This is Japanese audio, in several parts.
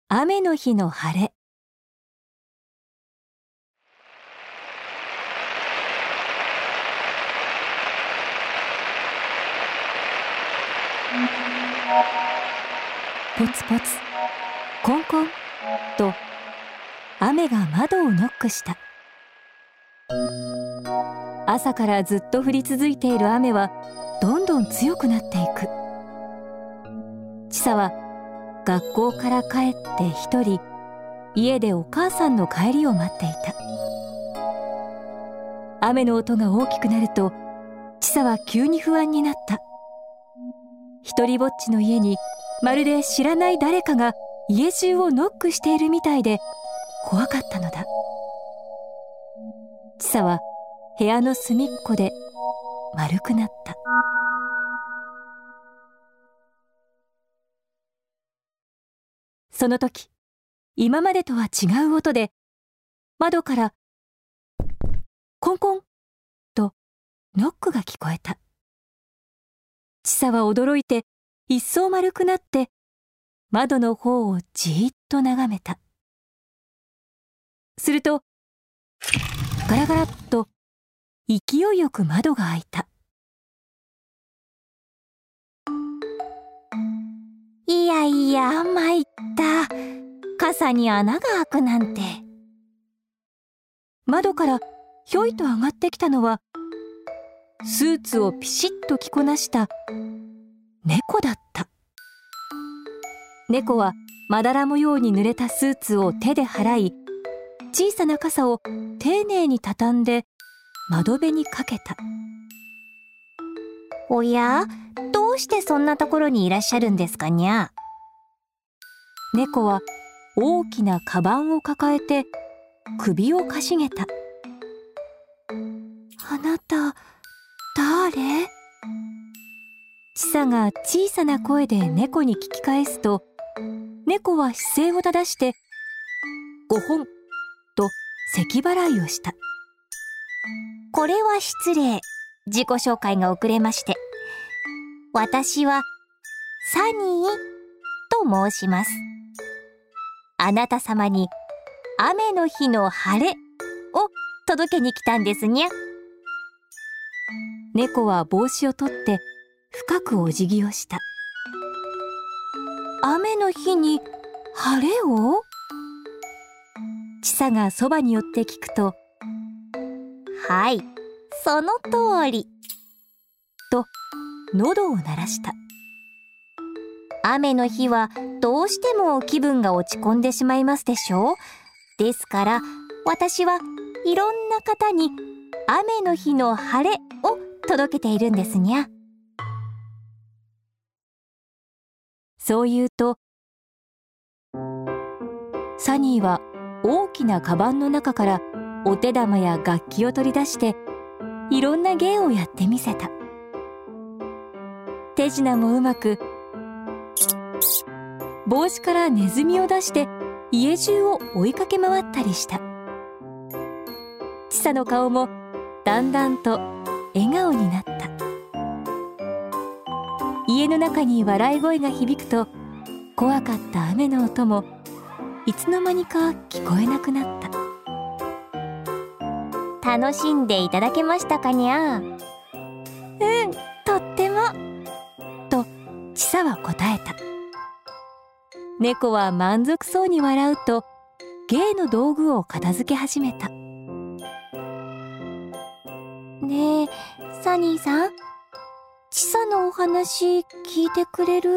雨の日の晴れ。ポツポツ、コンコンと雨が窓をノックした。朝からずっと降り続いている雨はどんどん強くなっていく。ちさは学校から帰って一人、家でお母さんの帰りを待っていた。雨の音が大きくなると、ちさは急に不安になった。一人ぼっちの家にまるで知らない誰かが家中をノックしているみたいで怖かったのだ。ちさは部屋の隅っこで丸くなった。その時、今までとは違う音で窓からコンコンとノックが聞こえた。ちさは驚いて一層丸くなって窓の方をじーっと眺めた。するとガラガラっと勢いよく窓が開いた。いやいや、参った。傘に穴が開くなんて。窓からひょいと上がってきたのは、スーツをピシッと着こなした猫だった。猫はまだら模様に濡れたスーツを手で払い、小さな傘を丁寧に畳んで窓辺にかけた。 おや、どうしてそんなところにいらっしゃるんですかにゃ。 猫は大きなカバンを抱えて首をかしげた。あなた、誰？ちさが小さな声で猫に聞き返すと、猫は姿勢を正してごほんと咳払いをした。 これは失礼。自己紹介が遅れまして。私はサニーと申します。あなた様に雨の日の晴れを届けに来たんですにゃ。 猫は帽子を取って深くお辞儀をした。雨の日に晴れを？ちさがそばに寄って聞くと、 はい、その通り。 と喉を鳴らした。 雨の日はどうしても気分が落ち込んでしまいますでしょう。ですから私はいろんな方に雨の日の晴れを届けているんですにゃ。 そう言うと、サニーは大きなカバンの中からお手玉や楽器を取り出していろんな芸をやってみせた。手品もうまく、帽子からネズミを出して家中を追いかけ回ったりした。ちさの顔もだんだんと笑顔になった。家の中に笑い声が響くと、怖かった雨の音もいつの間にか聞こえなくなった。 楽しんでいただけましたかにゃ。 とっても。とちさは答えた。猫は満足そうに笑うと、芸の道具を片付け始めた。 ねえ、サニーさん、ちさのお話聞いてくれる？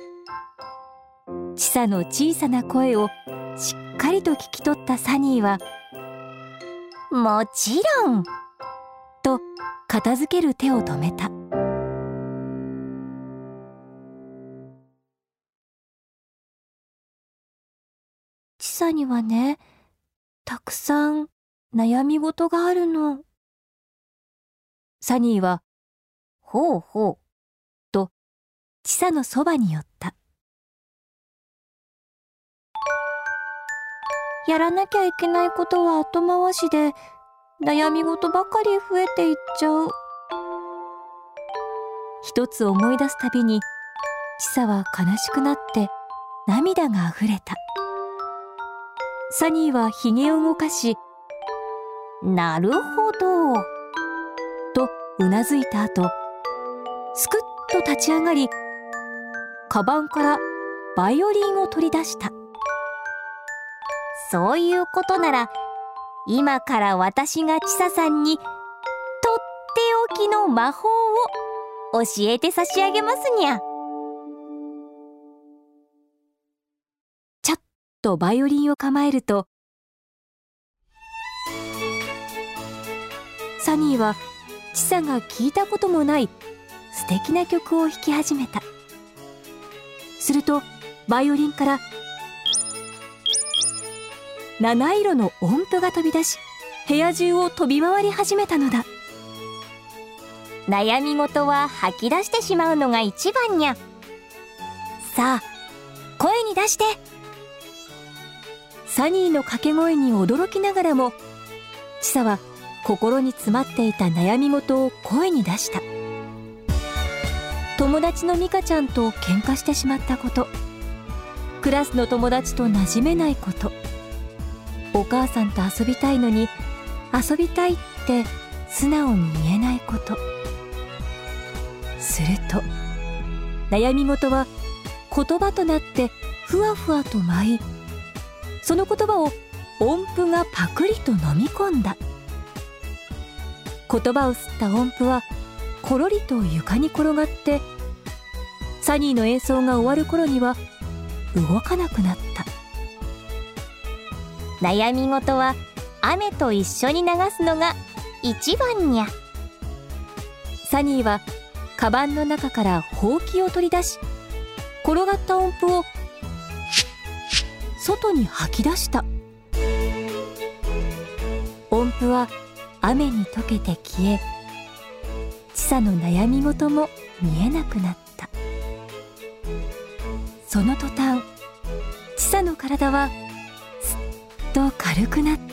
ちさの小さな声をしっかりと聞き取ったサニーは、 もちろんと片付ける手を止めた。 ちさにはね、たくさん悩み事があるの。 サニーは、 ほうほうとちさのそばに寄った。 やらなきゃいけないことは後回しで、悩み事ばかり増えていっちゃう。 一つ思い出すたびに、ちさは悲しくなって涙があふれた。 サニーはひげを動かし、 なるほど。 とうなずいた後、すくっと立ち上がり、カバンからバイオリンを取り出した。 そういうことなら、今から私がちささんにとっておきの魔法を教えて差し上げますにゃ。 ちゃっとバイオリンを構えると、サニーはちさが聞いたこともない素敵な曲を弾き始めた。するとバイオリンから七色の音符が飛び出し、部屋中を飛び回り始めたのだ。 悩み事は吐き出してしまうのが一番にゃ。さあ、声に出して。 サニーの掛け声に驚きながらも、ちさは心に詰まっていた悩み事を声に出した。友達のミカちゃんと喧嘩してしまったこと、クラスの友達と馴染めないこと、お母さんと遊びたいのに遊びたいって素直に言えないこと。すると悩み事は言葉となってふわふわと舞い、その言葉を音符がパクリと飲み込んだ。言葉を吸った音符はころりと床に転がって、サニーの演奏が終わる頃には動かなくなった。 悩み事は雨と一緒に流すのが一番にゃ。 サニーはカバンの中からほうきを取り出し、転がった音符を外に吐き出した。音符は雨に溶けて消え、ちさの悩み事も見えなくなった。その途端、ちさの体はすっと軽くなった。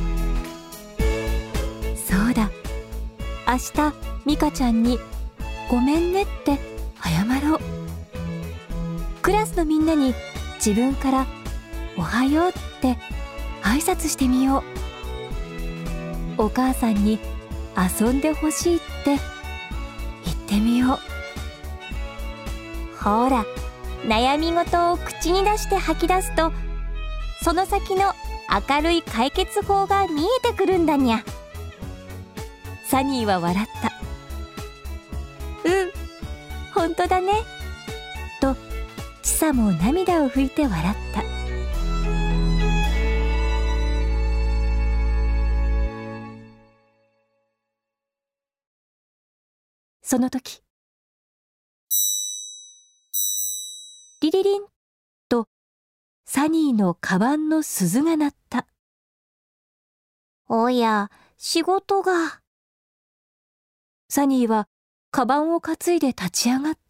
そうだ、明日ミカちゃんにごめんねって謝ろう。クラスのみんなに自分からおはようって挨拶してみよう。お母さんに遊んでほしいって言ってみよう。 ほら、悩み事を口に出して吐き出すと、その先の明るい解決法が見えてくるんだにゃ。 サニーは笑った。 本当だね。 と、ちさも涙を拭いて笑った。その時、リリリンとサニーのカバンの鈴が鳴った。 おや、仕事が。 サニーはカバンを担いで立ち上がった。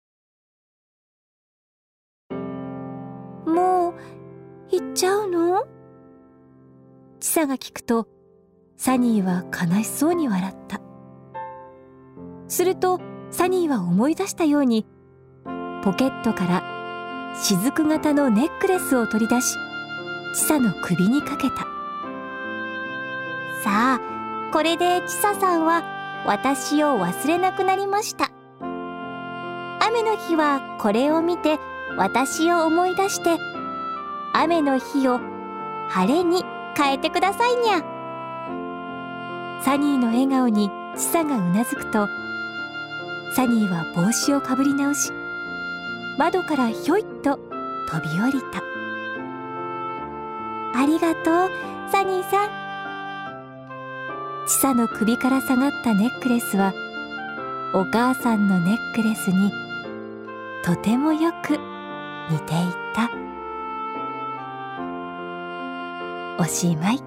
もう行っちゃうの？ ちさが聞くと、サニーは悲しそうに笑った。するとサニーは思い出したように、ポケットから雫型のネックレスを取り出し、ちさの首にかけた。 さあ、これでちささんは私を忘れなくなりました。雨の日はこれを見て私を思い出して、雨の日を晴れに変えてくださいにゃ。 サニーの笑顔にちさがうなずくと、サニーは帽子をかぶり直し、窓からひょいっと飛び降りた。 ありがとう、サニーさん。 ちさの首から下がったネックレスは、お母さんのネックレスにとてもよく似ていた。おしまい。